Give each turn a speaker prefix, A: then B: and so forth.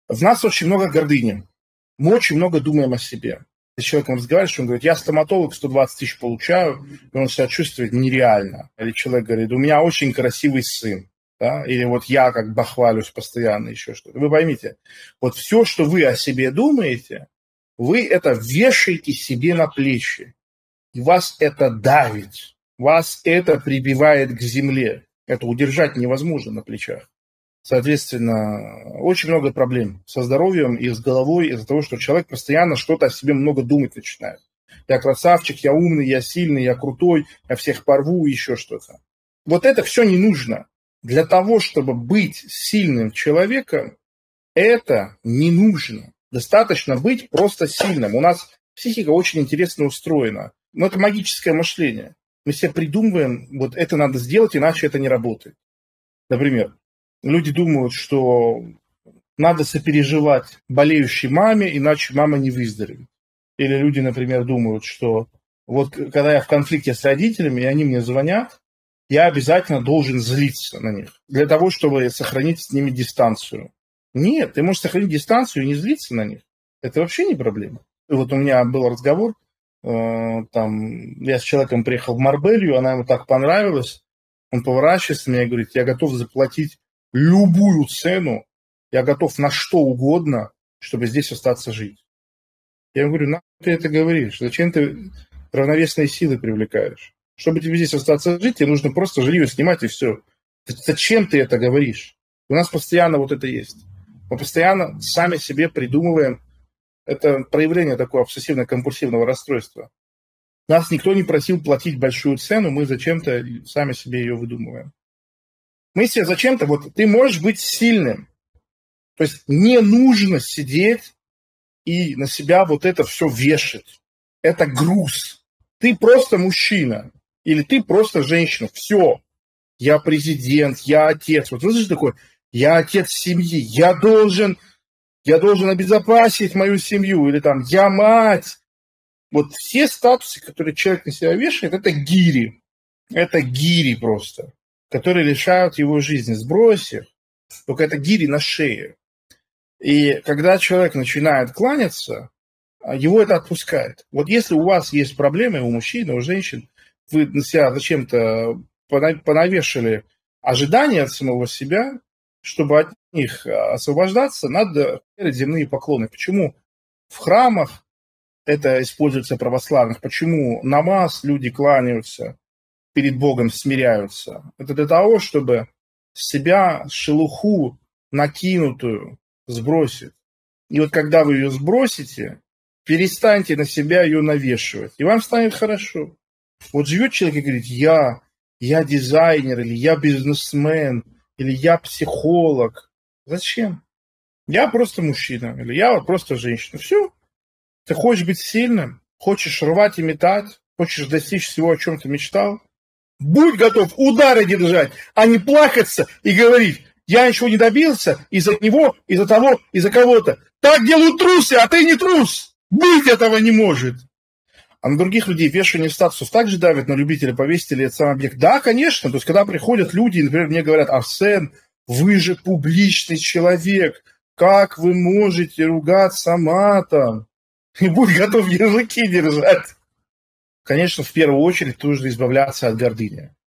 A: В нас очень много гордыни. Мы очень много думаем о себе. С человеком разговариваешь, он говорит, я стоматолог, 120 тысяч получаю, и он себя чувствует нереально. Или человек говорит, у меня очень красивый сын. Да? Или вот я как бы хвалюсь постоянно, еще что-то. Вы поймите, вот все, что вы о себе думаете, вы это вешаете себе на плечи. И вас это давит, вас это прибивает к земле. Это удержать невозможно на плечах. Соответственно, очень много проблем со здоровьем и с головой из-за того, что человек постоянно что-то о себе много думать начинает. Я красавчик, я умный, я сильный, я крутой, я всех порву, еще что-то. Вот это все не нужно. Для того, чтобы быть сильным человеком, это не нужно. Достаточно быть просто сильным. У нас психика очень интересно устроена. Но это магическое мышление. Мы себе придумываем, вот это надо сделать, иначе это не работает. Например, люди думают, что надо сопереживать болеющей маме, иначе мама не выздоровеет. Или люди, например, думают, что вот когда я в конфликте с родителями, и они мне звонят, я обязательно должен злиться на них, для того, чтобы сохранить с ними дистанцию. Нет, ты можешь сохранить дистанцию и не злиться на них. Это вообще не проблема. И вот у меня был разговор, там, я с человеком приехал в Марбелью, она ему так понравилась, он поворачивается на меня и говорит, я готов заплатить любую цену, я готов на что угодно, чтобы здесь остаться жить. Я ему говорю, нахуй ты это говоришь, зачем ты равновесные силы привлекаешь? Чтобы тебе здесь остаться жить, тебе нужно просто жилье снимать и все. Зачем ты это говоришь? У нас постоянно вот это есть. Мы постоянно сами себе придумываем. Это проявление такого обсессивно-компульсивного расстройства. Нас никто не просил платить большую цену, мы зачем-то сами себе ее выдумываем. Мы себе зачем-то, вот ты можешь быть сильным. То есть не нужно сидеть и на себя вот это все вешать. Это груз. Ты просто мужчина. Или ты просто женщина. Все. Я президент, я отец. Вот слышишь такое? Я отец семьи. Я должен обезопасить мою семью. Или там, я мать. Вот все статусы, которые человек на себя вешает, это гири. Это гири просто, которые лишают его жизни. Сбрось их. Только это гири на шее. И когда человек начинает кланяться, его это отпускает. Вот если у вас есть проблемы, у мужчин, у женщин, вы на себя зачем-то понавешали ожидания от самого себя, чтобы от них освобождаться, надо делать земные поклоны. Почему в храмах это используется православных? Почему намаз люди кланяются, перед Богом смиряются? Это для того, чтобы с себя шелуху накинутую сбросить. И вот когда вы ее сбросите, перестаньте на себя ее навешивать, и вам станет хорошо. Вот живет человек и говорит, я дизайнер, или я бизнесмен, или я психолог. Зачем? Я просто мужчина, или я вот просто женщина. Все. Ты хочешь быть сильным, хочешь рвать и метать, хочешь достичь всего, о чем ты мечтал. Будь готов удары держать, а не плакаться и говорить, я ничего не добился из-за него, из-за того, из-за кого-то. Так делают трусы, а ты не трус. Быть этого не может. А на других людей вешание статусов также давит на любителя повесить или это сам объект. Да, конечно. То есть, когда приходят люди, например, мне говорят, Арсен, вы же публичный человек. Как вы можете ругаться матом? И будь готов языки держать. Конечно, в первую очередь нужно избавляться от гордыни.